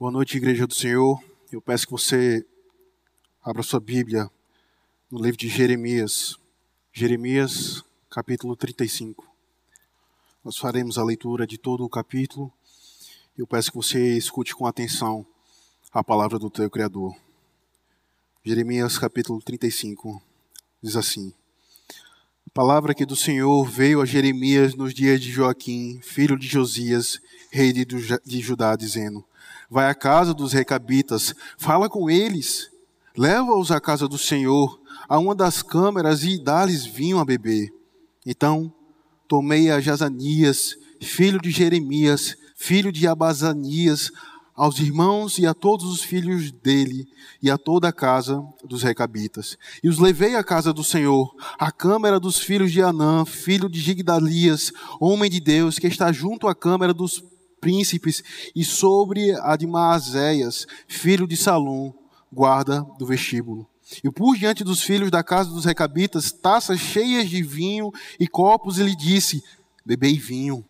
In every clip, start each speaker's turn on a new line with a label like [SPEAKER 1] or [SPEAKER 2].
[SPEAKER 1] Boa noite, Igreja do Senhor. Eu peço que você abra sua Bíblia no livro de Jeremias. Jeremias, capítulo 35. Nós faremos a leitura de todo o capítulo. Eu peço que você escute com atenção a palavra do teu Criador. Jeremias, capítulo 35, diz assim: A palavra que do Senhor veio a Jeremias nos dias de Joaquim, filho de Josias, rei de Judá, dizendo: Vai à casa dos recabitas, fala com eles, leva-os à casa do Senhor, a uma das câmaras e dá-lhes vinho a beber. Então tomei a Jazanias, filho de Jeremias, filho de Abazanias, aos irmãos e a todos os filhos dele, e a toda a casa dos recabitas. E os levei à casa do Senhor, à câmara dos filhos de Anã, filho de Gigdalias, homem de Deus, que está junto à câmara dos príncipes, e sobre a de Maazéias, filho de Salum, guarda do vestíbulo. E pus diante dos filhos da casa dos recabitas taças cheias de vinho e copos, e lhe disse: Bebei vinho.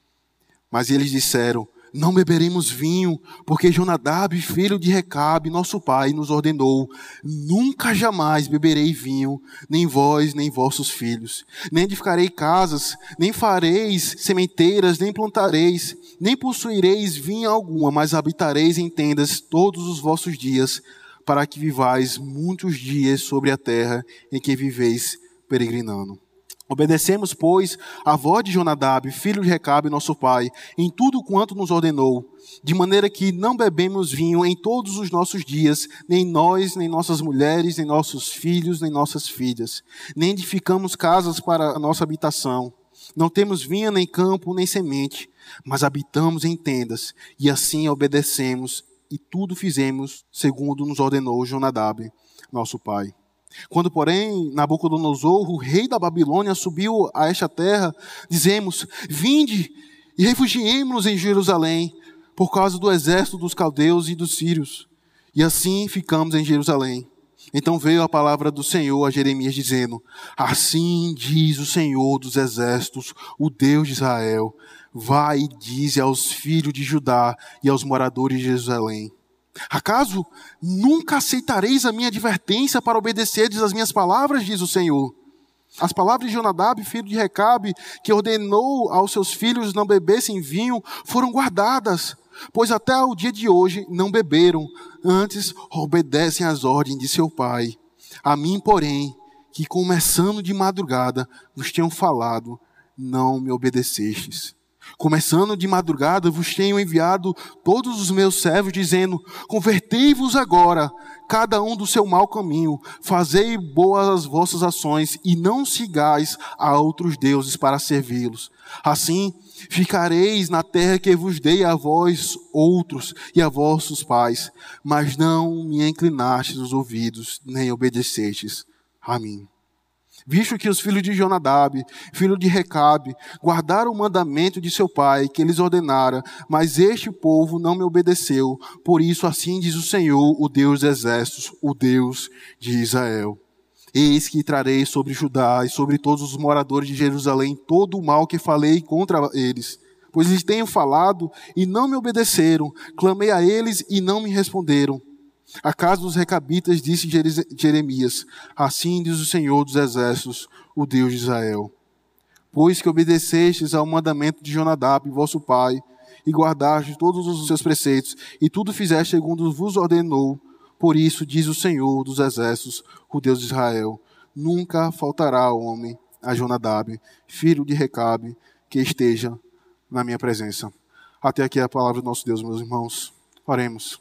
[SPEAKER 1] Mas eles disseram: Não beberemos vinho, porque Jonadab, filho de Recabe, nosso pai, nos ordenou: Nunca jamais beberei vinho, nem vós, nem vossos filhos. Nem edificarei casas, nem fareis sementeiras, nem plantareis, nem possuireis vinha alguma, mas habitareis em tendas todos os vossos dias, para que vivais muitos dias sobre a terra em que viveis peregrinando. Obedecemos, pois, a voz de Jonadab, filho de Recabe, nosso pai, em tudo quanto nos ordenou, de maneira que não bebemos vinho em todos os nossos dias, nem nós, nem nossas mulheres, nem nossos filhos, nem nossas filhas, nem edificamos casas para a nossa habitação. Não temos vinha, nem campo, nem semente, mas habitamos em tendas, e assim obedecemos, e tudo fizemos segundo nos ordenou Jonadab, nosso pai. Quando, porém, Nabucodonosor, o rei da Babilônia, subiu a esta terra, dizemos: Vinde e refugiemo-nos em Jerusalém, por causa do exército dos caldeus e dos sírios. E assim ficamos em Jerusalém. Então veio a palavra do Senhor a Jeremias, dizendo: Assim diz o Senhor dos exércitos, o Deus de Israel: Vai e dize aos filhos de Judá e aos moradores de Jerusalém: Acaso nunca aceitareis a minha advertência para obedecerdes às minhas palavras, diz o Senhor? As palavras de Jonadab, filho de Recabe, que ordenou aos seus filhos não bebessem vinho, foram guardadas, pois até o dia de hoje não beberam, antes obedecem às ordens de seu pai. A mim, porém, que começando de madrugada vos tenho falado, não me obedecestes. Começando de madrugada, vos tenho enviado todos os meus servos, dizendo: Convertei-vos agora, cada um do seu mau caminho, fazei boas as vossas ações, e não sigais a outros deuses para servi-los. Assim, ficareis na terra que vos dei a vós outros e a vossos pais, mas não me inclinastes os ouvidos, nem obedecestes a mim. Visto que os filhos de Jonadab, filho de Recabe, guardaram o mandamento de seu pai, que eles ordenara, mas este povo não me obedeceu. Por isso assim diz o Senhor, o Deus dos exércitos, o Deus de Israel: Eis que trarei sobre Judá e sobre todos os moradores de Jerusalém todo o mal que falei contra eles. Pois lhes tenho falado e não me obedeceram, clamei a eles e não me responderam. A casa dos recabitas, disse Jeremias: Assim diz o Senhor dos exércitos, o Deus de Israel: Pois que obedecestes ao mandamento de Jonadab, vosso pai, e guardastes todos os seus preceitos, e tudo fizeste segundo vos ordenou, por isso diz o Senhor dos exércitos, o Deus de Israel: Nunca faltará homem a Jonadab, filho de Recabe, que esteja na minha presença. Até aqui a palavra do nosso Deus, meus irmãos. Oremos.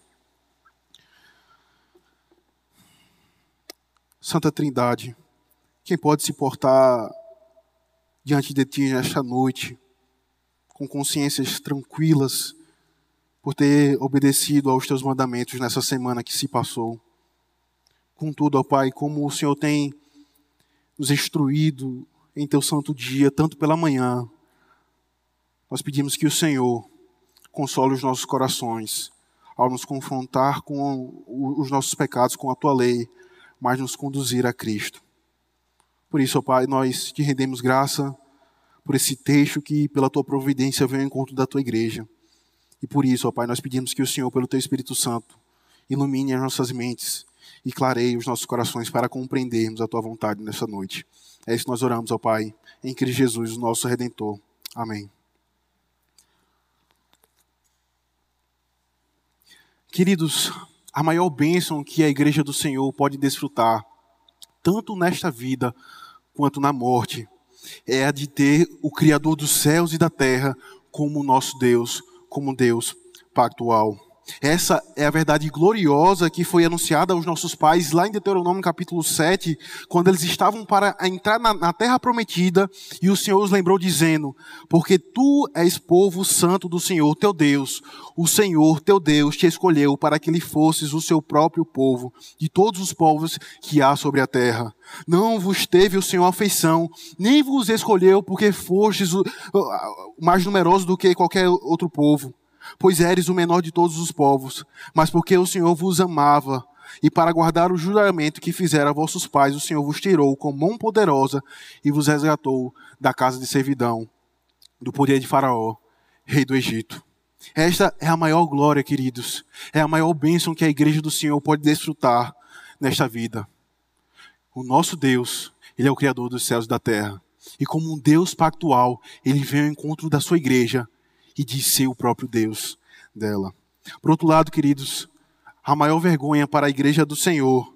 [SPEAKER 1] Santa Trindade, quem pode se portar diante de Ti nesta noite, com consciências tranquilas, por ter obedecido aos Teus mandamentos nessa semana que se passou. Contudo, ó Pai, como o Senhor tem nos instruído em Teu santo dia, tanto pela manhã, nós pedimos que o Senhor console os nossos corações, ao nos confrontar com os nossos pecados, com a Tua lei, mas nos conduzir a Cristo. Por isso, ó Pai, nós te rendemos graça por esse texto que, pela Tua providência, vem ao encontro da Tua igreja. E por isso, ó Pai, nós pedimos que o Senhor, pelo Teu Espírito Santo, ilumine as nossas mentes e clareie os nossos corações para compreendermos a Tua vontade nessa noite. É isso que nós oramos, ó Pai, em Cristo Jesus, o nosso Redentor. Amém. Queridos, a maior bênção que a Igreja do Senhor pode desfrutar, tanto nesta vida quanto na morte, é a de ter o Criador dos céus e da terra como nosso Deus, como Deus pactual. Essa é a verdade gloriosa que foi anunciada aos nossos pais lá em Deuteronômio capítulo 7, quando eles estavam para entrar na terra prometida, e o Senhor os lembrou dizendo: porque tu és povo santo do Senhor teu Deus, o Senhor teu Deus te escolheu para que lhe fosses o seu próprio povo, de todos os povos que há sobre a terra. Não vos teve o Senhor afeição, nem vos escolheu porque fostes mais numerosos do que qualquer outro povo, pois eres o menor de todos os povos, mas porque o Senhor vos amava, e para guardar o juramento que fizera a vossos pais, o Senhor vos tirou com mão poderosa e vos resgatou da casa de servidão, do poder de Faraó, rei do Egito. Esta é a maior glória, queridos, é a maior bênção que a Igreja do Senhor pode desfrutar nesta vida. O nosso Deus, Ele é o Criador dos céus e da terra, e como um Deus pactual, Ele vem ao encontro da sua igreja e de ser o próprio Deus dela. Por outro lado, queridos, a maior vergonha para a igreja do Senhor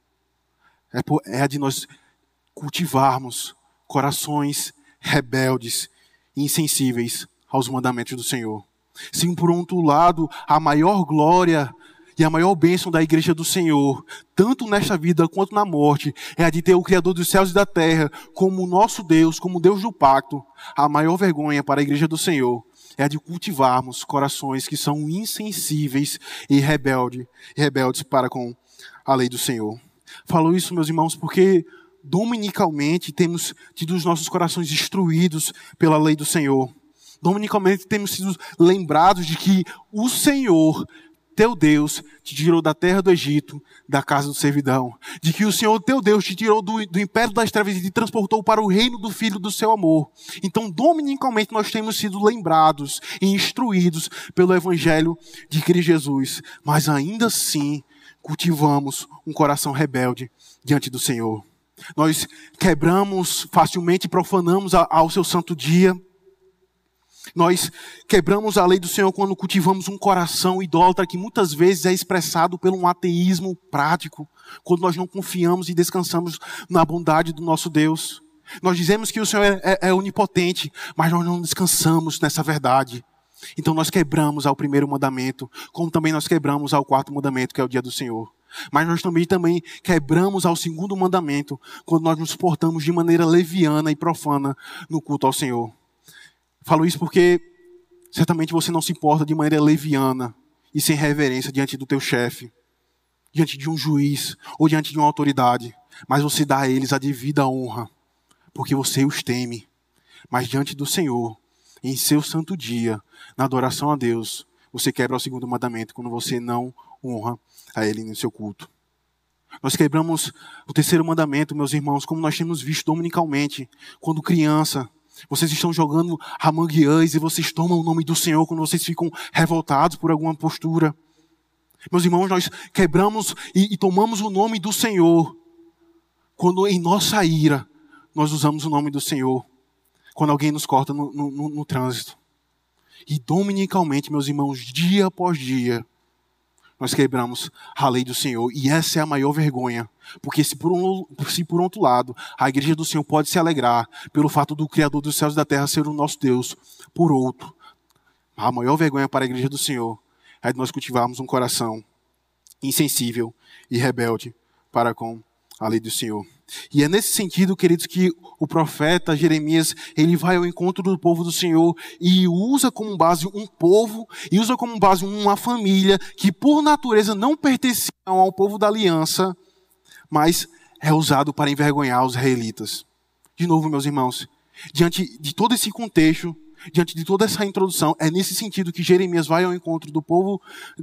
[SPEAKER 1] é a de nós cultivarmos corações rebeldes e insensíveis aos mandamentos do Senhor. Sim, por outro lado, a maior glória e a maior bênção da igreja do Senhor, tanto nesta vida quanto na morte, é a de ter o Criador dos céus e da terra como nosso Deus, como Deus do pacto. A maior vergonha para a igreja do Senhor é a de cultivarmos corações que são insensíveis e rebeldes para com a lei do Senhor. Falo isso, meus irmãos, porque dominicalmente temos tido os nossos corações instruídos pela lei do Senhor. Dominicalmente temos sido lembrados de que o Senhor, teu Deus, te tirou da terra do Egito, da casa do servidão. De que o Senhor, teu Deus, te tirou do império das trevas e te transportou para o reino do Filho do seu amor. Então, dominicalmente, nós temos sido lembrados e instruídos pelo Evangelho de Cristo Jesus. Mas ainda assim, cultivamos um coração rebelde diante do Senhor. Nós quebramos facilmente e profanamos ao seu santo dia. Nós quebramos a lei do Senhor quando cultivamos um coração idólatra que muitas vezes é expressado por um ateísmo prático, quando nós não confiamos e descansamos na bondade do nosso Deus. Nós dizemos que o Senhor é onipotente, mas nós não descansamos nessa verdade. Então nós quebramos ao primeiro mandamento, como também nós quebramos ao quarto mandamento, que é o dia do Senhor. Mas nós também quebramos ao segundo mandamento, quando nós nos portamos de maneira leviana e profana no culto ao Senhor. Falo isso porque certamente você não se importa de maneira leviana e sem reverência diante do teu chefe, diante de um juiz ou diante de uma autoridade, mas você dá a eles a devida honra, porque você os teme. Mas diante do Senhor, em seu santo dia, na adoração a Deus, você quebra o segundo mandamento quando você não honra a Ele no seu culto. Nós quebramos o terceiro mandamento, meus irmãos, como nós temos visto dominicalmente, quando criança. Vocês estão jogando Among Us e vocês tomam o nome do Senhor quando vocês ficam revoltados por alguma postura. Meus irmãos, nós quebramos e tomamos o nome do Senhor quando em nossa ira nós usamos o nome do Senhor, quando alguém nos corta no trânsito. E dominicalmente, meus irmãos, dia após dia, nós quebramos a lei do Senhor. E essa é a maior vergonha. Porque se por outro lado, a igreja do Senhor pode se alegrar pelo fato do Criador dos céus e da terra ser o nosso Deus, por outro, a maior vergonha para a igreja do Senhor é de nós cultivarmos um coração insensível e rebelde para com a lei do Senhor. E é nesse sentido, queridos, que o profeta Jeremias, ele vai ao encontro do povo do Senhor e usa como base um povo, e usa como base uma família que por natureza não pertenciam ao povo da aliança, mas é usado para envergonhar os israelitas. De novo, meus irmãos, diante de todo esse contexto, diante de toda essa introdução, é nesse sentido que Jeremias vai ao encontro do povo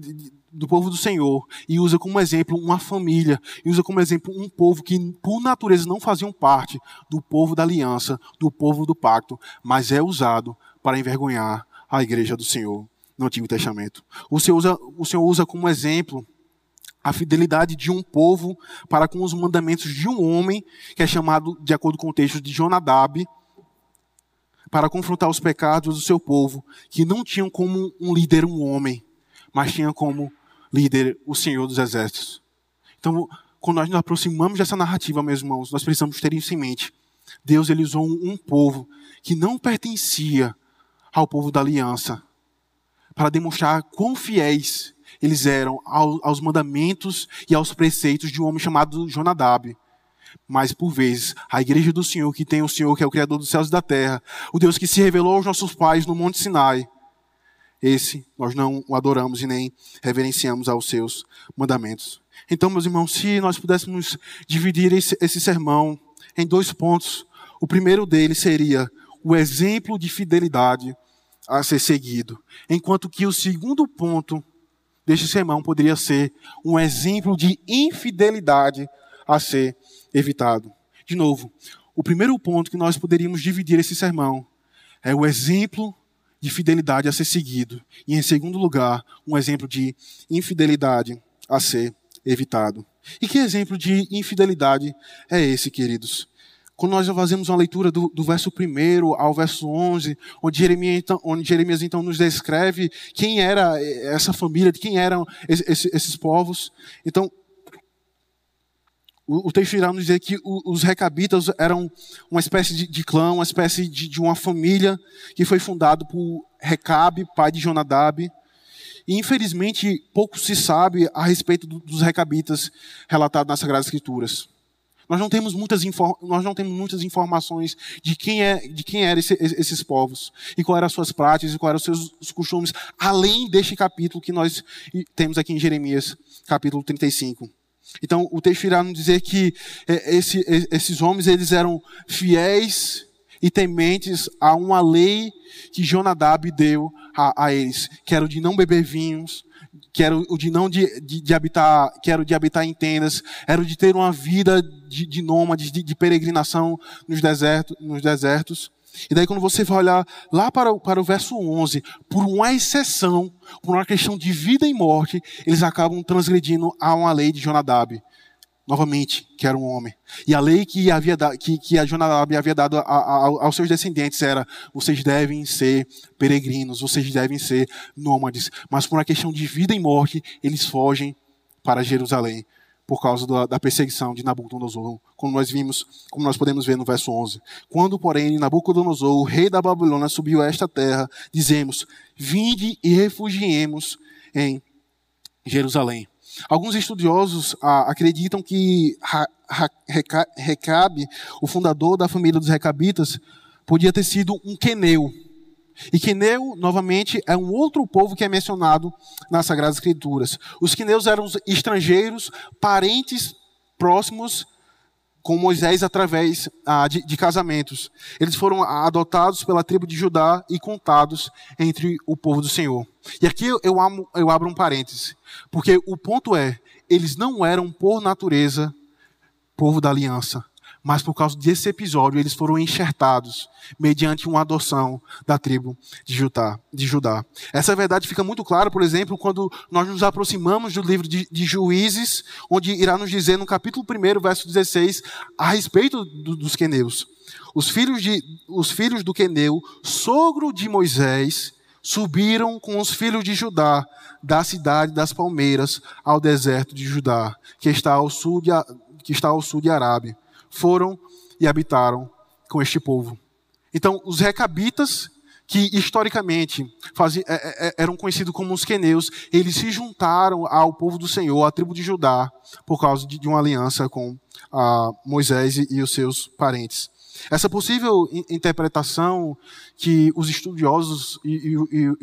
[SPEAKER 1] do Senhor e usa como exemplo uma família, e usa como exemplo um povo que por natureza não faziam parte do povo da aliança, do povo do pacto, mas é usado para envergonhar a igreja do Senhor no Antigo Testamento. O Senhor usa como exemplo a fidelidade de um povo para com os mandamentos de um homem, que é chamado, de acordo com o texto, de Jonadab, para confrontar os pecados do seu povo, que não tinham como um líder um homem, mas tinha como líder o Senhor dos Exércitos. Então, quando nós nos aproximamos dessa narrativa, meus irmãos, nós precisamos ter isso em mente. Deus, ele usou um povo que não pertencia ao povo da aliança, para demonstrar quão fiéis eles eram aos mandamentos e aos preceitos de um homem chamado Jonadab. Mas, por vezes, a igreja do Senhor, que tem o Senhor, que é o Criador dos céus e da terra, o Deus que se revelou aos nossos pais no Monte Sinai, esse nós não o adoramos e nem reverenciamos aos seus mandamentos. Então, meus irmãos, se nós pudéssemos dividir esse sermão em 2 pontos, o primeiro deles seria o exemplo de fidelidade a ser seguido, enquanto que o segundo ponto deste sermão poderia ser um exemplo de infidelidade a ser evitado. De novo, o primeiro ponto que nós poderíamos dividir esse sermão é o exemplo de fidelidade a ser seguido. E, em segundo lugar, um exemplo de infidelidade a ser evitado. E que exemplo de infidelidade é esse, queridos? Quando nós fazemos uma leitura do verso 1 ao verso 11, onde Jeremias então nos descreve quem era essa família, de quem eram esses povos. Então, o texto irá nos dizer que os recabitas eram uma espécie de clã, uma espécie de uma família que foi fundado por Recabe, pai de Jonadab. E, infelizmente, pouco se sabe a respeito dos recabitas relatados nas Sagradas Escrituras. Nós não temos muitas informações de quem eram esses povos, e quais eram as suas práticas, e quais eram os seus costumes, além deste capítulo que nós temos aqui em Jeremias, capítulo 35. Então, o texto irá nos dizer que esses homens, eles eram fiéis e tementes a uma lei que Jonadab deu a eles, que era o de não beber vinhos, que era o de habitar em tendas, era o de ter uma vida de nômades, de peregrinação nos desertos. E daí, quando você vai olhar lá para o verso 11, por uma exceção, por uma questão de vida e morte, eles acabam transgredindo a uma lei de Jonadab. Novamente, que era um homem. E a lei que a Jonadab havia dado aos seus descendentes era: vocês devem ser peregrinos, vocês devem ser nômades. Mas por uma questão de vida e morte, eles fogem para Jerusalém, por causa da perseguição de Nabucodonosor, como nós podemos ver no verso 11. Quando, porém, Nabucodonosor, o rei da Babilônia, subiu a esta terra, dizemos: vinde e refugiemos em Jerusalém. Alguns estudiosos acreditam que Recabe, o fundador da família dos Recabitas, podia ter sido um queneu. E queneu, novamente, é um outro povo que é mencionado nas Sagradas Escrituras. Os queneus eram os estrangeiros, parentes próximos com Moisés através de casamentos. Eles foram adotados pela tribo de Judá e contados entre o povo do Senhor. E aqui eu abro um parêntese, porque o ponto é, eles não eram por natureza povo da aliança, mas por causa desse episódio eles foram enxertados mediante uma adoção da tribo de Judá. Essa verdade fica muito clara, por exemplo, quando nós nos aproximamos do livro de Juízes, onde irá nos dizer no capítulo 1, verso 16, a respeito dos queneus. Os filhos do queneu, sogro de Moisés, subiram com os filhos de Judá da cidade das palmeiras ao deserto de Judá, que está ao sul de Arábia. Foram e habitaram com este povo. Então, os recabitas, que historicamente eram conhecidos como os queneus, eles se juntaram ao povo do Senhor, à tribo de Judá, por causa de uma aliança com Moisés e os seus parentes. Essa possível interpretação que os estudiosos e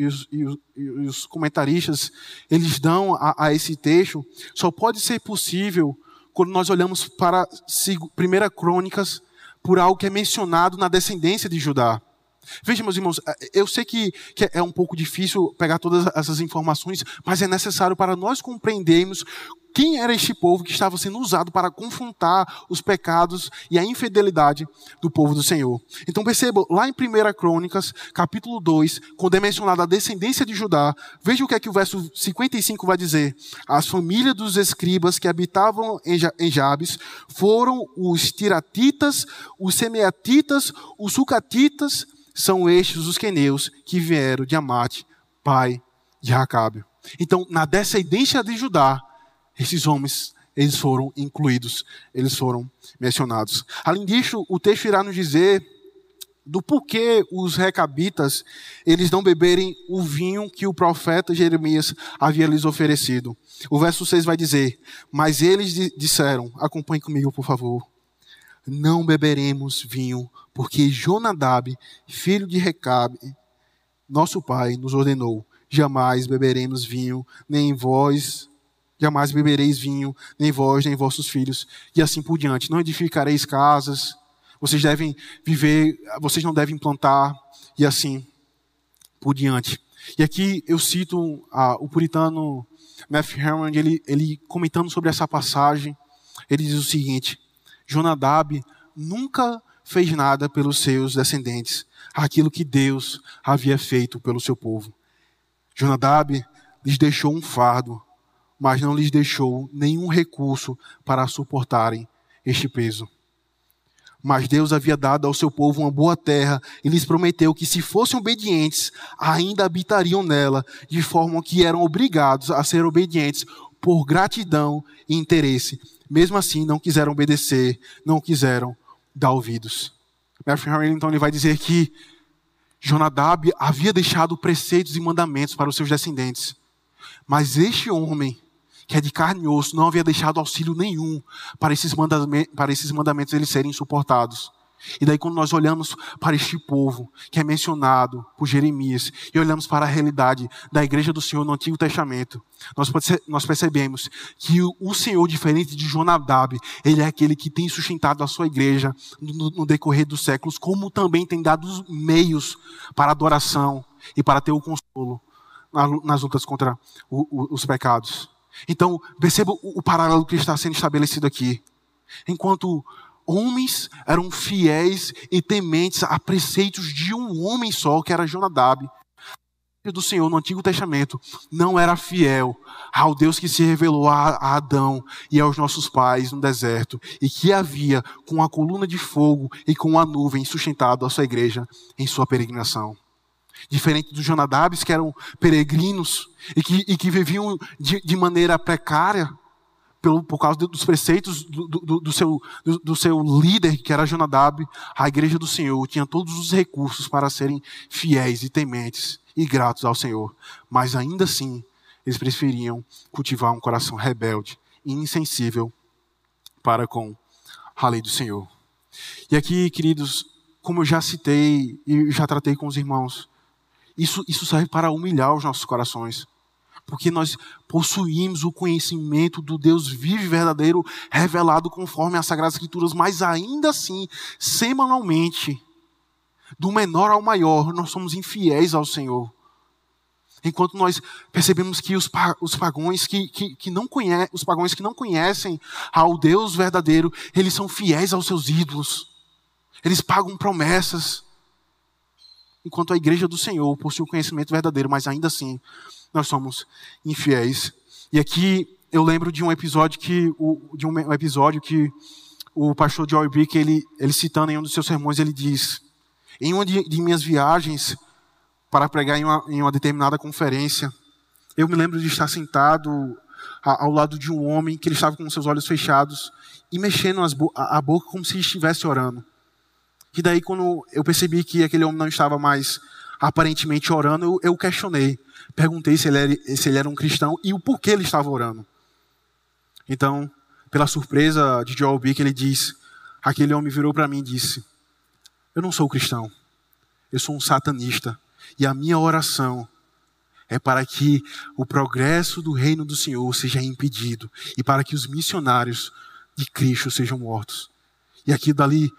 [SPEAKER 1] os comentaristas eles dão a esse texto só pode ser possível quando nós olhamos para 1 Crônicas, por algo que é mencionado na descendência de Judá. Veja, meus irmãos, eu sei que é um pouco difícil pegar todas essas informações, mas é necessário para nós compreendermos quem era este povo que estava sendo usado para confrontar os pecados e a infidelidade do povo do Senhor. Então percebam, lá em 1 Crônicas, capítulo 2, quando é mencionada a descendência de Judá, veja o que é que o verso 55 vai dizer. As famílias dos escribas que habitavam em Jabes foram os tiratitas, os semeatitas, os sucatitas, são estes os queneus que vieram de Amate, pai de Racabe. Então, na descendência de Judá, esses homens, eles foram incluídos, eles foram mencionados. Além disso, o texto irá nos dizer do porquê os recabitas, eles não beberem o vinho que o profeta Jeremias havia lhes oferecido. O verso 6 vai dizer, mas eles disseram, acompanhe comigo por favor, não beberemos vinho, porque Jonadab, filho de Recabe, nosso pai, nos ordenou, jamais beberemos vinho, nem vós, jamais bebereis vinho, nem vós, nem vossos filhos, e assim por diante. Não edificareis casas, vocês devem viver, vocês não devem plantar, e assim por diante. E aqui eu cito o puritano Matthew Herman, ele comentando sobre essa passagem, ele diz o seguinte, Jonadab nunca fez nada pelos seus descendentes, aquilo que Deus havia feito pelo seu povo. Jonadab lhes deixou um fardo, mas não lhes deixou nenhum recurso para suportarem este peso. Mas Deus havia dado ao seu povo uma boa terra e lhes prometeu que, se fossem obedientes, ainda habitariam nela, de forma que eram obrigados a ser obedientes por gratidão e interesse. Mesmo assim, não quiseram obedecer, não quiseram dar ouvidos. Matthew Henry, então, ele vai dizer que Jonadab havia deixado preceitos e mandamentos para os seus descendentes. Mas este homem, que é de carne e osso, não havia deixado auxílio nenhum para esses mandamentos eles serem suportados. E daí quando nós olhamos para este povo, que é mencionado por Jeremias, e olhamos para a realidade da igreja do Senhor no Antigo Testamento, nós percebemos que o Senhor, diferente de Jonadab, ele é aquele que tem sustentado a sua igreja no decorrer dos séculos, como também tem dado os meios para a adoração e para ter o consolo nas lutas contra os pecados. Então, perceba o paralelo que está sendo estabelecido aqui. Enquanto homens eram fiéis e tementes a preceitos de um homem só, que era Jonadab, o do Senhor no Antigo Testamento não era fiel ao Deus que se revelou a Adão e aos nossos pais no deserto, e que havia com a coluna de fogo e com a nuvem sustentado a sua igreja em sua peregrinação. Diferente dos Jonadabes, que eram peregrinos e que viviam de maneira precária por causa dos preceitos do seu líder, que era Jonadab, a igreja do Senhor tinha todos os recursos para serem fiéis e tementes e gratos ao Senhor. Mas ainda assim, eles preferiam cultivar um coração rebelde e insensível para com a lei do Senhor. E aqui, queridos, como eu já citei e já tratei com os irmãos, isso serve para humilhar os nossos corações. Porque nós possuímos o conhecimento do Deus vivo e verdadeiro, revelado conforme as Sagradas Escrituras, mas ainda assim, semanalmente, do menor ao maior, nós somos infiéis ao Senhor. Enquanto nós percebemos que os pagãos que não conhecem ao Deus verdadeiro, eles são fiéis aos seus ídolos. Eles pagam promessas. Enquanto a igreja do Senhor possui o conhecimento verdadeiro, mas ainda assim, nós somos infiéis. E aqui eu lembro de um episódio que o pastor Joy Bick, ele citando em um dos seus sermões, ele diz: em uma de minhas viagens para pregar em uma determinada conferência, eu me lembro de estar sentado ao lado de um homem que ele estava com seus olhos fechados e mexendo a boca como se estivesse orando. E daí, quando eu percebi que aquele homem não estava mais aparentemente orando, eu questionei. Perguntei se ele era um cristão e o porquê ele estava orando. Então, pela surpresa de Joel Bick, ele diz, aquele homem virou para mim e disse: eu não sou cristão, eu sou um satanista. E a minha oração é para que o progresso do reino do Senhor seja impedido e para que os missionários de Cristo sejam mortos. E aqui dali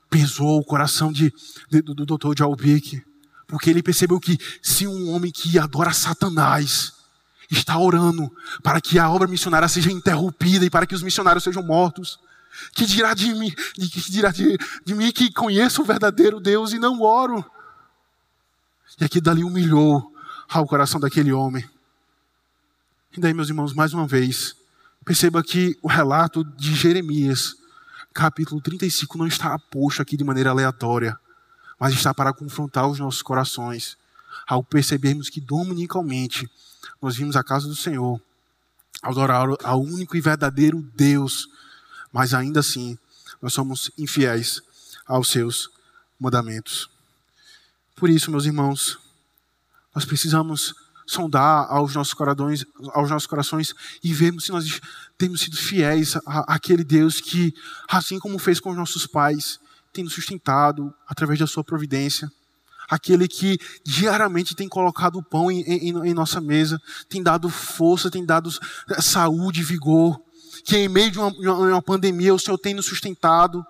[SPEAKER 1] pesou o coração do Dr. Joel Bick, porque ele percebeu que se um homem que adora Satanás está orando para que a obra missionária seja interrompida e para que os missionários sejam mortos, que dirá de mim, de mim que conheço o verdadeiro Deus e não oro? E aqui dali humilhou ao coração daquele homem. E daí, meus irmãos, mais uma vez, perceba que o relato de Jeremias, capítulo 35, não está posto aqui de maneira aleatória, mas está para confrontar os nossos corações, ao percebermos que dominicalmente nós vimos a casa do Senhor, adorar ao único e verdadeiro Deus, mas ainda assim nós somos infiéis aos seus mandamentos. Por isso, meus irmãos, nós precisamos sondar aos nossos corações e vermos se nós temos sido fiéis àquele Deus que, assim como fez com os nossos pais, tem nos sustentado através da sua providência. Aquele que diariamente tem colocado o pão em nossa mesa, tem dado força, tem dado saúde, vigor, que em meio de uma pandemia o Senhor tem nos sustentado.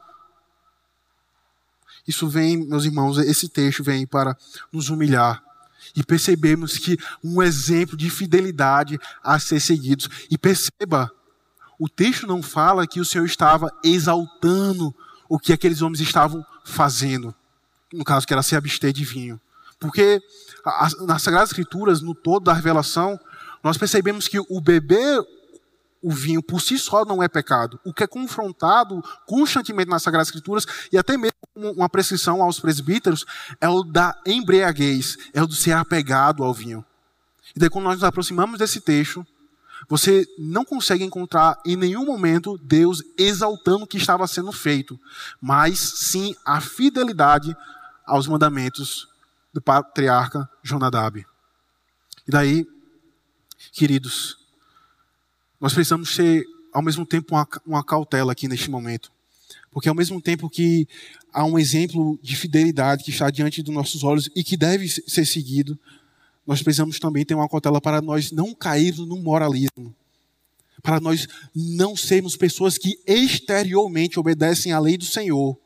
[SPEAKER 1] Isso vem, meus irmãos, esse texto vem para nos humilhar e percebemos que um exemplo de fidelidade a ser seguidos. E perceba, o texto não fala que o Senhor estava exaltando o que aqueles homens estavam fazendo. No caso, que era se abster de vinho. Porque nas Sagradas Escrituras, no todo da revelação, nós percebemos que o beber o vinho por si só não é pecado. O que é confrontado constantemente nas Sagradas Escrituras, e até mesmo uma prescrição aos presbíteros, é o da embriaguez, é o de ser apegado ao vinho. E daí quando nós nos aproximamos desse texto, você não consegue encontrar em nenhum momento Deus exaltando o que estava sendo feito, mas sim a fidelidade aos mandamentos do patriarca Jonadab. E daí, queridos, nós precisamos ter, ao mesmo tempo, uma cautela aqui neste momento. Porque ao mesmo tempo que há um exemplo de fidelidade que está diante dos nossos olhos e que deve ser seguido, nós precisamos também ter uma cautela para nós não cairmos no moralismo. Para nós não sermos pessoas que exteriormente obedecem à lei do Senhor,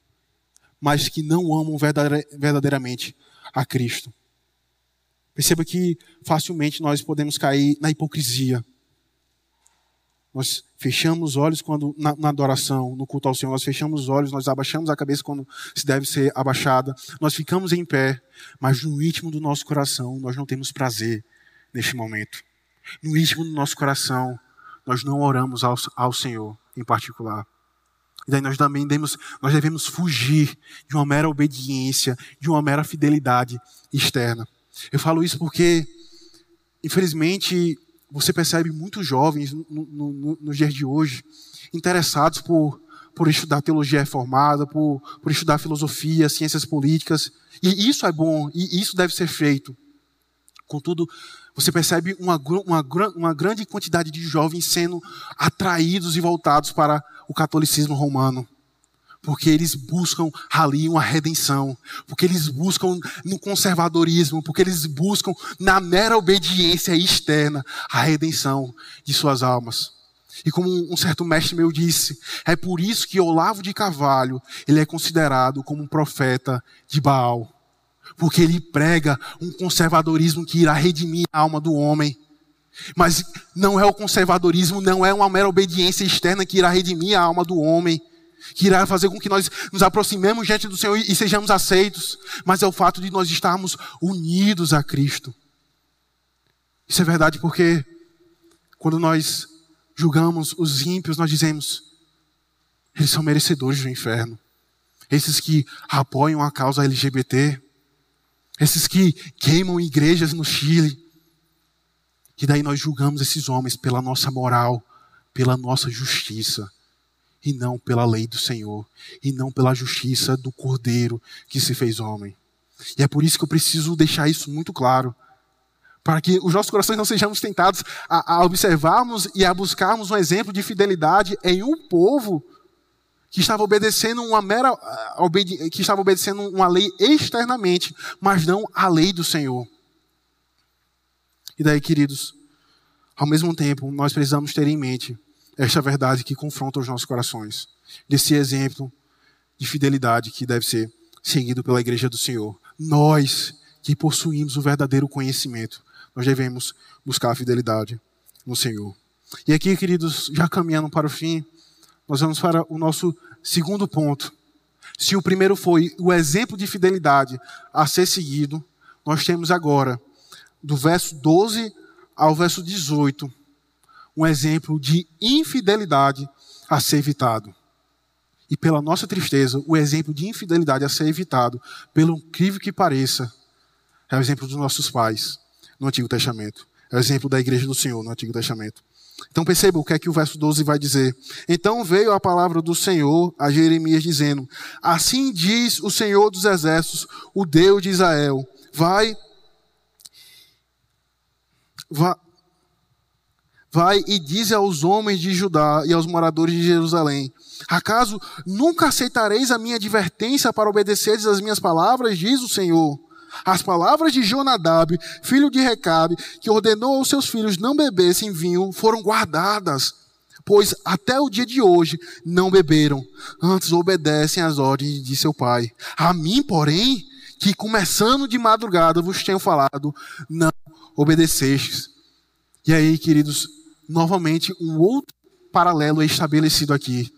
[SPEAKER 1] mas que não amam verdadeiramente a Cristo. Perceba que facilmente nós podemos cair na hipocrisia. Nós fechamos os olhos quando na adoração, no culto ao Senhor, nós fechamos os olhos, nós abaixamos a cabeça quando se deve ser abaixada, nós ficamos em pé, mas no íntimo do nosso coração nós não temos prazer neste momento. No íntimo do nosso coração nós não oramos ao Senhor em particular. E daí nós devemos fugir de uma mera obediência, de uma mera fidelidade externa. Eu falo isso porque, infelizmente, você percebe muitos jovens nos dias de hoje interessados por estudar teologia reformada, por estudar filosofia, ciências políticas. E isso é bom, e isso deve ser feito. Contudo, você percebe uma grande quantidade de jovens sendo atraídos e voltados para o catolicismo romano. Porque eles buscam ali uma redenção, porque eles buscam no conservadorismo, porque eles buscam na mera obediência externa a redenção de suas almas. E como um certo mestre meu disse, é por isso que Olavo de Carvalho ele é considerado como um profeta de Baal. Porque ele prega um conservadorismo que irá redimir a alma do homem. Mas não é o conservadorismo, não é uma mera obediência externa que irá redimir a alma do homem, que irá fazer com que nós nos aproximemos diante do Senhor e sejamos aceitos, mas é o fato de nós estarmos unidos a Cristo. Isso é verdade porque quando nós julgamos os ímpios, nós dizemos, eles são merecedores do inferno. Esses que apoiam a causa LGBT, esses que queimam igrejas no Chile. E daí nós julgamos esses homens pela nossa moral, pela nossa justiça. E não pela lei do Senhor. E não pela justiça do Cordeiro que se fez homem. E é por isso que eu preciso deixar isso muito claro. Para que os nossos corações não sejamos tentados a observarmos e a buscarmos um exemplo de fidelidade em um povo que estava obedecendo uma lei externamente, mas não a lei do Senhor. E daí, queridos, ao mesmo tempo, nós precisamos ter em mente esta verdade que confronta os nossos corações. Desse exemplo de fidelidade que deve ser seguido pela igreja do Senhor. Nós que possuímos o verdadeiro conhecimento, nós devemos buscar a fidelidade no Senhor. E aqui, queridos, já caminhando para o fim, nós vamos para o nosso segundo ponto. Se o primeiro foi o exemplo de fidelidade a ser seguido, nós temos agora, do verso 12 ao verso 18, um exemplo de infidelidade a ser evitado. E pela nossa tristeza, o exemplo de infidelidade a ser evitado, pelo incrível que pareça, é o exemplo dos nossos pais no Antigo Testamento. É o exemplo da igreja do Senhor no Antigo Testamento. Então perceba o que é que o verso 12 vai dizer. Então veio a palavra do Senhor a Jeremias dizendo: assim diz o Senhor dos Exércitos, o Deus de Israel, vai e dize aos homens de Judá e aos moradores de Jerusalém: acaso nunca aceitareis a minha advertência para obedeceres às minhas palavras, diz o Senhor? As palavras de Jonadab, filho de Recabe, que ordenou aos seus filhos não bebessem vinho, foram guardadas, pois até o dia de hoje não beberam, antes obedecem às ordens de seu pai. A mim, porém, que começando de madrugada vos tenho falado, não obedecestes. E aí, queridos, novamente um outro paralelo é estabelecido aqui.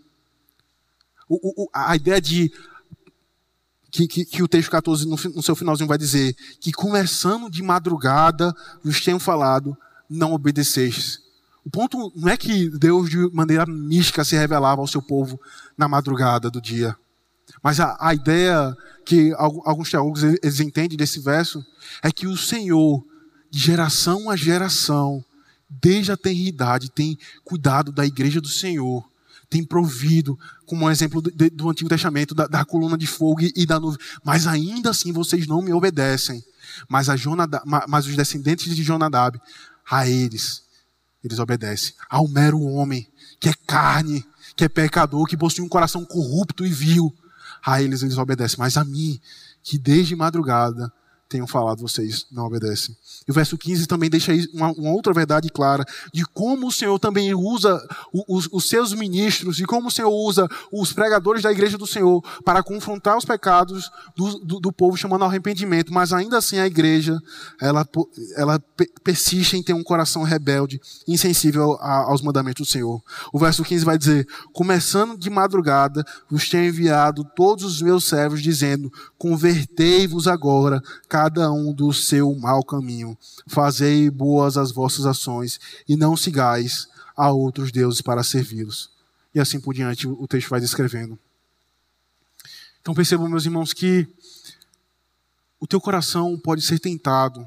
[SPEAKER 1] A ideia de que o texto 14 no seu finalzinho vai dizer que começando de madrugada vos tenho falado, não obedecestes. O ponto não é que Deus de maneira mística se revelava ao seu povo na madrugada do dia, mas a ideia que alguns teólogos eles entendem desse verso é que o Senhor, de geração a geração, desde a eternidade, tem cuidado da igreja do Senhor, tem provido, como um exemplo do Antigo Testamento, da coluna de fogo e da nuvem. Mas ainda assim vocês não me obedecem. Mas os descendentes de Jonadab, a eles obedecem. Ao mero homem, que é carne, que é pecador, que possui um coração corrupto e vil, a eles obedecem. Mas a mim, que desde madrugada tenho falado, vocês não obedecem. E o verso 15 também deixa uma outra verdade clara de como o Senhor também usa os seus ministros e como o Senhor usa os pregadores da igreja do Senhor para confrontar os pecados do povo, chamando ao arrependimento. Mas ainda assim a igreja, ela persiste em ter um coração rebelde, insensível aos mandamentos do Senhor. O verso 15 vai dizer: começando de madrugada, vos tenho enviado todos os meus servos, dizendo: convertei-vos agora, cada um do seu mau caminho. Fazei boas as vossas ações e não sigais a outros deuses para servi-los. E assim por diante o texto vai descrevendo. Então percebam, meus irmãos, que o teu coração pode ser tentado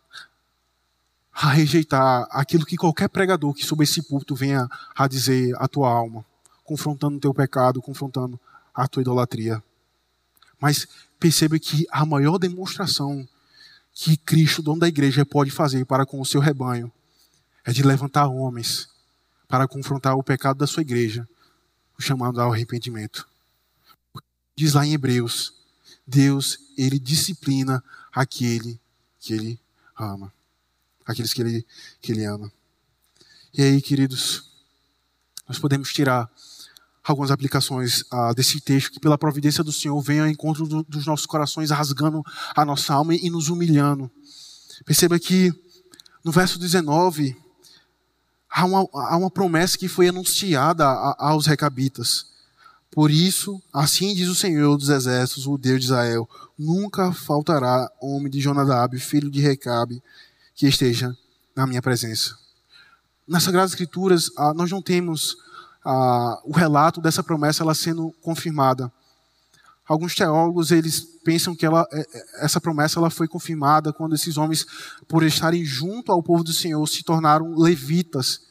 [SPEAKER 1] a rejeitar aquilo que qualquer pregador que sob esse púlpito venha a dizer à tua alma, confrontando o teu pecado, confrontando a tua idolatria. Mas perceba que a maior demonstração que Cristo, dono da igreja, pode fazer para com o seu rebanho é de levantar homens para confrontar o pecado da sua igreja, o chamando ao arrependimento. Diz lá em Hebreus, Deus, Ele disciplina aquele que Ele ama. Aqueles que Ele ama. E aí, queridos, nós podemos tirar algumas aplicações desse texto, que pela providência do Senhor vem ao encontro dos nossos corações, rasgando a nossa alma e nos humilhando. Perceba que no verso 19 há uma promessa que foi anunciada aos recabitas. Por isso, assim diz o Senhor dos Exércitos, o Deus de Israel: nunca faltará homem de Jonadab, filho de Recabe, que esteja na minha presença. Nas Sagradas Escrituras, nós não temos o relato dessa promessa ela sendo confirmada. Alguns teólogos eles pensam que essa promessa ela foi confirmada quando esses homens, por estarem junto ao povo do Senhor, se tornaram levitas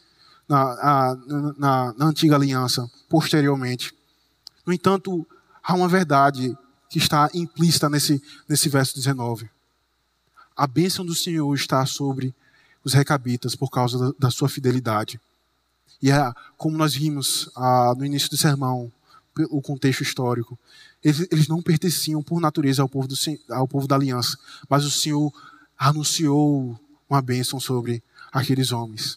[SPEAKER 1] na antiga aliança, posteriormente. No entanto, há uma verdade que está implícita nesse verso 19. A bênção do Senhor está sobre os recabitas por causa da sua fidelidade. E como nós vimos no início do sermão, o contexto histórico, eles não pertenciam por natureza ao povo da aliança, mas o Senhor anunciou uma bênção sobre aqueles homens.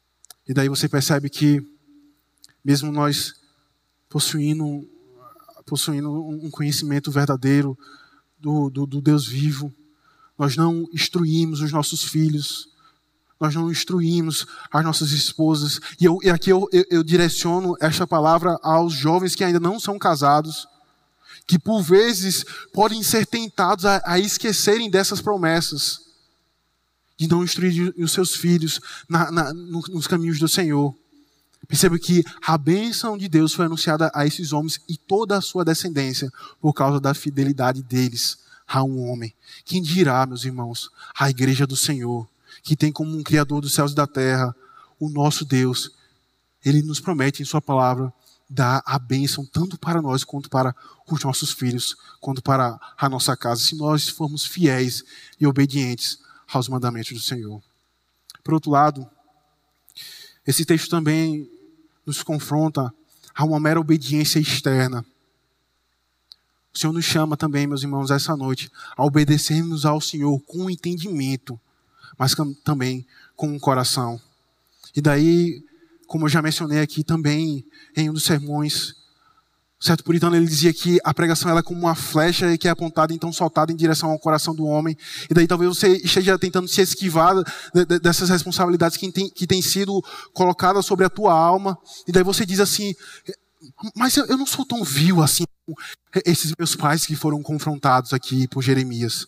[SPEAKER 1] E daí você percebe que, mesmo nós possuindo possuindo um conhecimento verdadeiro do Deus vivo. Nós não instruímos os nossos filhos. Nós não instruímos as nossas esposas. E aqui eu direciono esta palavra aos jovens que ainda não são casados, que por vezes podem ser tentados a esquecerem dessas promessas, de não instruir os seus filhos nos caminhos do Senhor. Perceba que a bênção de Deus foi anunciada a esses homens e toda a sua descendência por causa da fidelidade deles a um homem. Quem dirá, meus irmãos, a igreja do Senhor, que tem como um Criador dos céus e da terra, o nosso Deus. Ele nos promete em sua palavra dar a bênção tanto para nós quanto para os nossos filhos, quanto para a nossa casa, se nós formos fiéis e obedientes aos mandamentos do Senhor. Por outro lado, esse texto também nos confronta a uma mera obediência externa. O Senhor nos chama também, meus irmãos, essa noite, a obedecermos ao Senhor com entendimento, mas também com um coração. E daí, como eu já mencionei aqui também em um dos sermões, o certo puritano ele dizia que a pregação ela é como uma flecha que é apontada, então soltada em direção ao coração do homem. E daí talvez você esteja tentando se esquivar dessas responsabilidades que têm sido colocadas sobre a tua alma. E daí você diz assim, mas eu não sou tão vil assim como esses meus pais que foram confrontados aqui por Jeremias.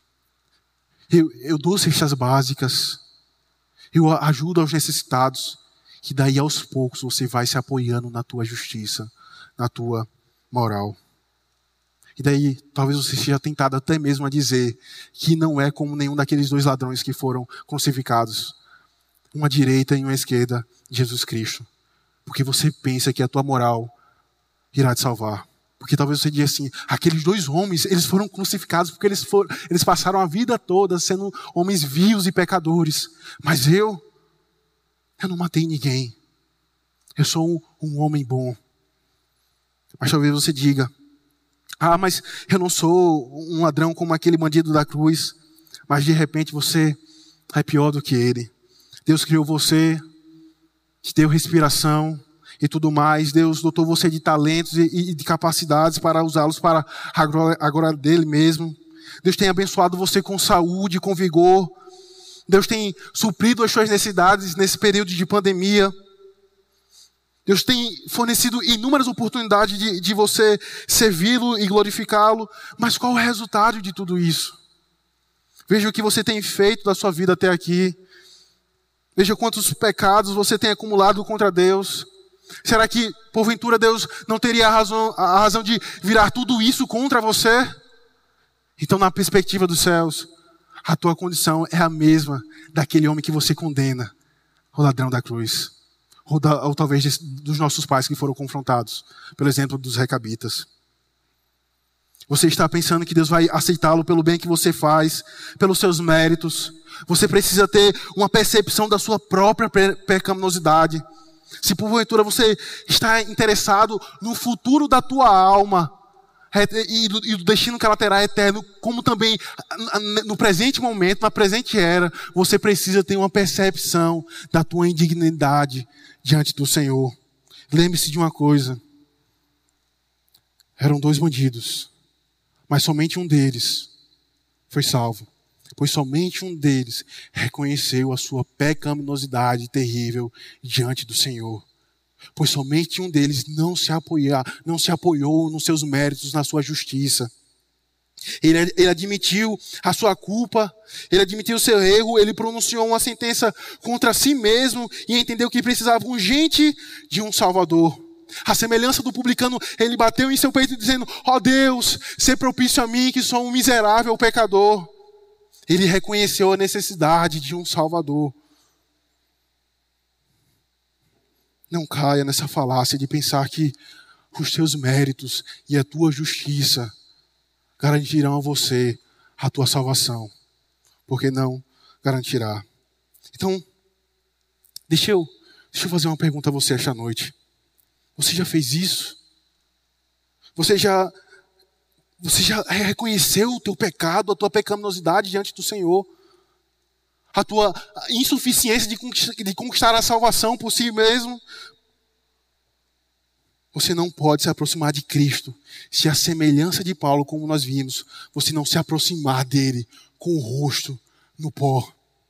[SPEAKER 1] Eu dou cestas básicas, eu ajudo aos necessitados, que daí aos poucos você vai se apoiando na tua justiça, na tua moral. E daí talvez você seja tentado até mesmo a dizer que não é como nenhum daqueles dois ladrões que foram crucificados, uma direita e uma esquerda de Jesus Cristo, porque você pensa que a tua moral irá te salvar. Porque talvez você diga assim, aqueles dois homens, eles foram crucificados porque eles passaram a vida toda sendo homens vios e pecadores. Mas eu não matei ninguém. Eu sou um homem bom. Mas talvez você diga, mas eu não sou um ladrão como aquele bandido da cruz. Mas de repente você é pior do que ele. Deus criou você, te deu respiração e tudo mais. Deus dotou você de talentos e de capacidades para usá-los para a glória dele mesmo. Deus tem abençoado você com saúde, com vigor. Deus tem suprido as suas necessidades nesse período de pandemia. Deus tem fornecido inúmeras oportunidades de você servi-lo e glorificá-lo. Mas qual é o resultado de tudo isso? Veja o que você tem feito da sua vida até aqui. Veja quantos pecados você tem acumulado contra Deus. Será que, porventura, Deus não teria a razão de virar tudo isso contra você? Então, na perspectiva dos céus, a tua condição é a mesma daquele homem que você condena, o ladrão da cruz. Ou talvez dos nossos pais que foram confrontados, pelo exemplo dos recabitas. Você está pensando que Deus vai aceitá-lo pelo bem que você faz, pelos seus méritos. Você precisa ter uma percepção da sua própria pecaminosidade. Se porventura você está interessado no futuro da tua alma e do destino que ela terá eterno, como também no presente momento, na presente era, você precisa ter uma percepção da tua indignidade diante do Senhor. Lembre-se de uma coisa. Eram dois bandidos, mas somente um deles foi salvo. Pois somente um deles reconheceu a sua pecaminosidade terrível diante do Senhor. Pois somente um deles não se apoiou nos seus méritos, na sua justiça. Ele admitiu a sua culpa, ele admitiu o seu erro, ele pronunciou uma sentença contra si mesmo e entendeu que precisava urgente de um Salvador. A semelhança do publicano, ele bateu em seu peito dizendo, ó Deus, sê propício a mim que sou um miserável pecador. Ele reconheceu a necessidade de um Salvador. Não caia nessa falácia de pensar que os teus méritos e a tua justiça garantirão a você a tua salvação. Porque não garantirá. Então, deixa eu fazer uma pergunta a você esta noite. Você já fez isso? Você já reconheceu o teu pecado, a tua pecaminosidade diante do Senhor? A tua insuficiência de conquistar a salvação por si mesmo? Você não pode se aproximar de Cristo se a semelhança de Paulo, como nós vimos, você não se aproximar dele com o rosto no pó.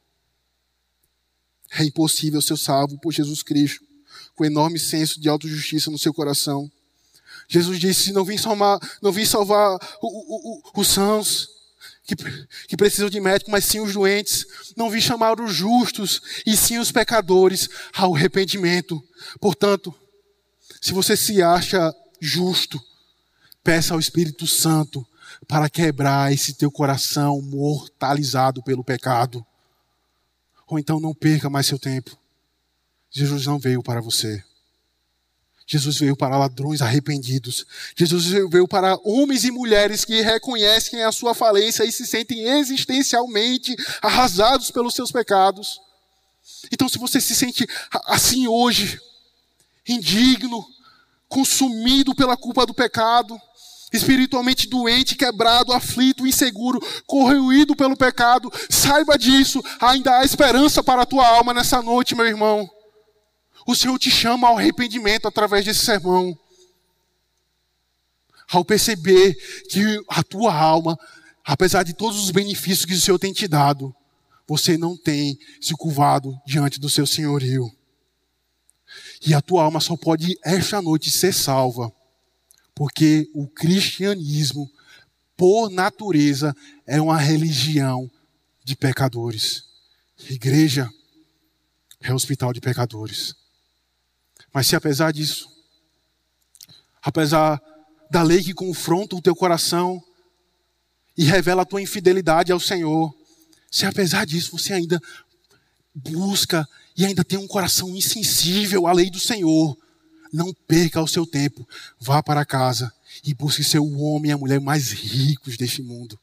[SPEAKER 1] É impossível ser salvo por Jesus Cristo, com enorme senso de autojustiça no seu coração. Jesus disse: não vim salvar os sãos que precisam de médico, mas sim os doentes. Não vim chamar os justos, e sim os pecadores ao arrependimento. Portanto, se você se acha justo, peça ao Espírito Santo para quebrar esse teu coração mortalizado pelo pecado. Ou então não perca mais seu tempo. Jesus não veio para você. Jesus veio para ladrões arrependidos. Jesus veio para homens e mulheres que reconhecem a sua falência e se sentem existencialmente arrasados pelos seus pecados. Então, se você se sente assim hoje, indigno, consumido pela culpa do pecado, espiritualmente doente, quebrado, aflito, inseguro, corroído pelo pecado, saiba disso, ainda há esperança para a tua alma nessa noite, meu irmão. O Senhor te chama ao arrependimento através desse sermão. Ao perceber que a tua alma, apesar de todos os benefícios que o Senhor tem te dado, você não tem se curvado diante do seu senhorio. E a tua alma só pode, esta noite, ser salva, porque o cristianismo, por natureza, é uma religião de pecadores. Igreja é hospital de pecadores. Mas se apesar disso, apesar da lei que confronta o teu coração e revela a tua infidelidade ao Senhor, se apesar disso você ainda busca e ainda tem um coração insensível à lei do Senhor, não perca o seu tempo. Vá para casa e busque ser o homem e a mulher mais ricos deste mundo.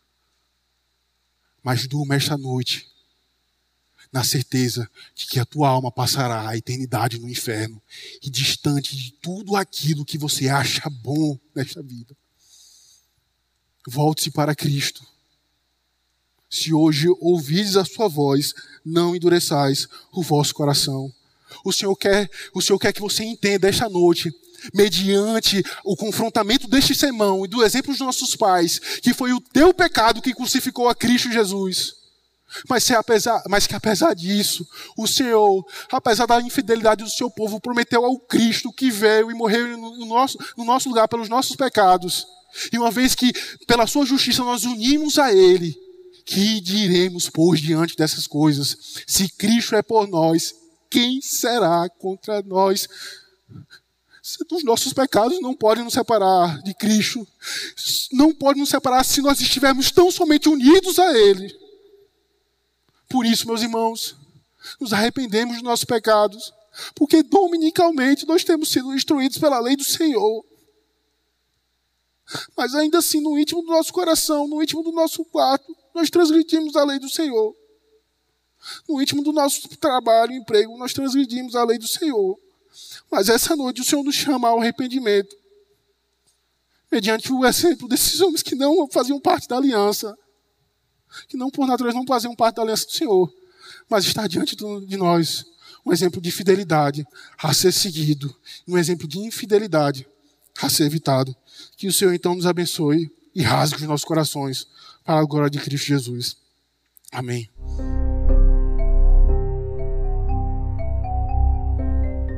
[SPEAKER 1] Mas durma esta noite na certeza de que a tua alma passará a eternidade no inferno e distante de tudo aquilo que você acha bom nesta vida. Volte-se para Cristo. Se hoje ouvires a sua voz, não endureçais o vosso coração. O Senhor quer que você entenda esta noite, mediante o confrontamento deste sermão e do exemplo dos nossos pais, que foi o teu pecado que crucificou a Cristo Jesus. Mas que apesar disso, o Senhor, apesar da infidelidade do seu povo, prometeu ao Cristo que veio e morreu no nosso lugar pelos nossos pecados. E uma vez que pela sua justiça nós unimos a Ele, que diremos, pois, diante dessas coisas? Se Cristo é por nós, quem será contra nós? Os nossos pecados não podem nos separar de Cristo. Não podem nos separar se nós estivermos tão somente unidos a Ele. Por isso, meus irmãos, nos arrependemos dos nossos pecados, porque dominicalmente nós temos sido instruídos pela lei do Senhor. Mas ainda assim, no íntimo do nosso coração, no íntimo do nosso quarto, nós transgredimos a lei do Senhor. No íntimo do nosso trabalho e emprego, nós transgredimos a lei do Senhor. Mas essa noite o Senhor nos chama ao arrependimento. Mediante o exemplo desses homens que não faziam parte da aliança. Que não, por natureza, não faziam parte da aliança do Senhor. Mas está diante de nós um exemplo de fidelidade a ser seguido. Um exemplo de infidelidade a ser evitado. Que o Senhor então nos abençoe e rasgue os nossos corações para a glória de Cristo Jesus. Amém.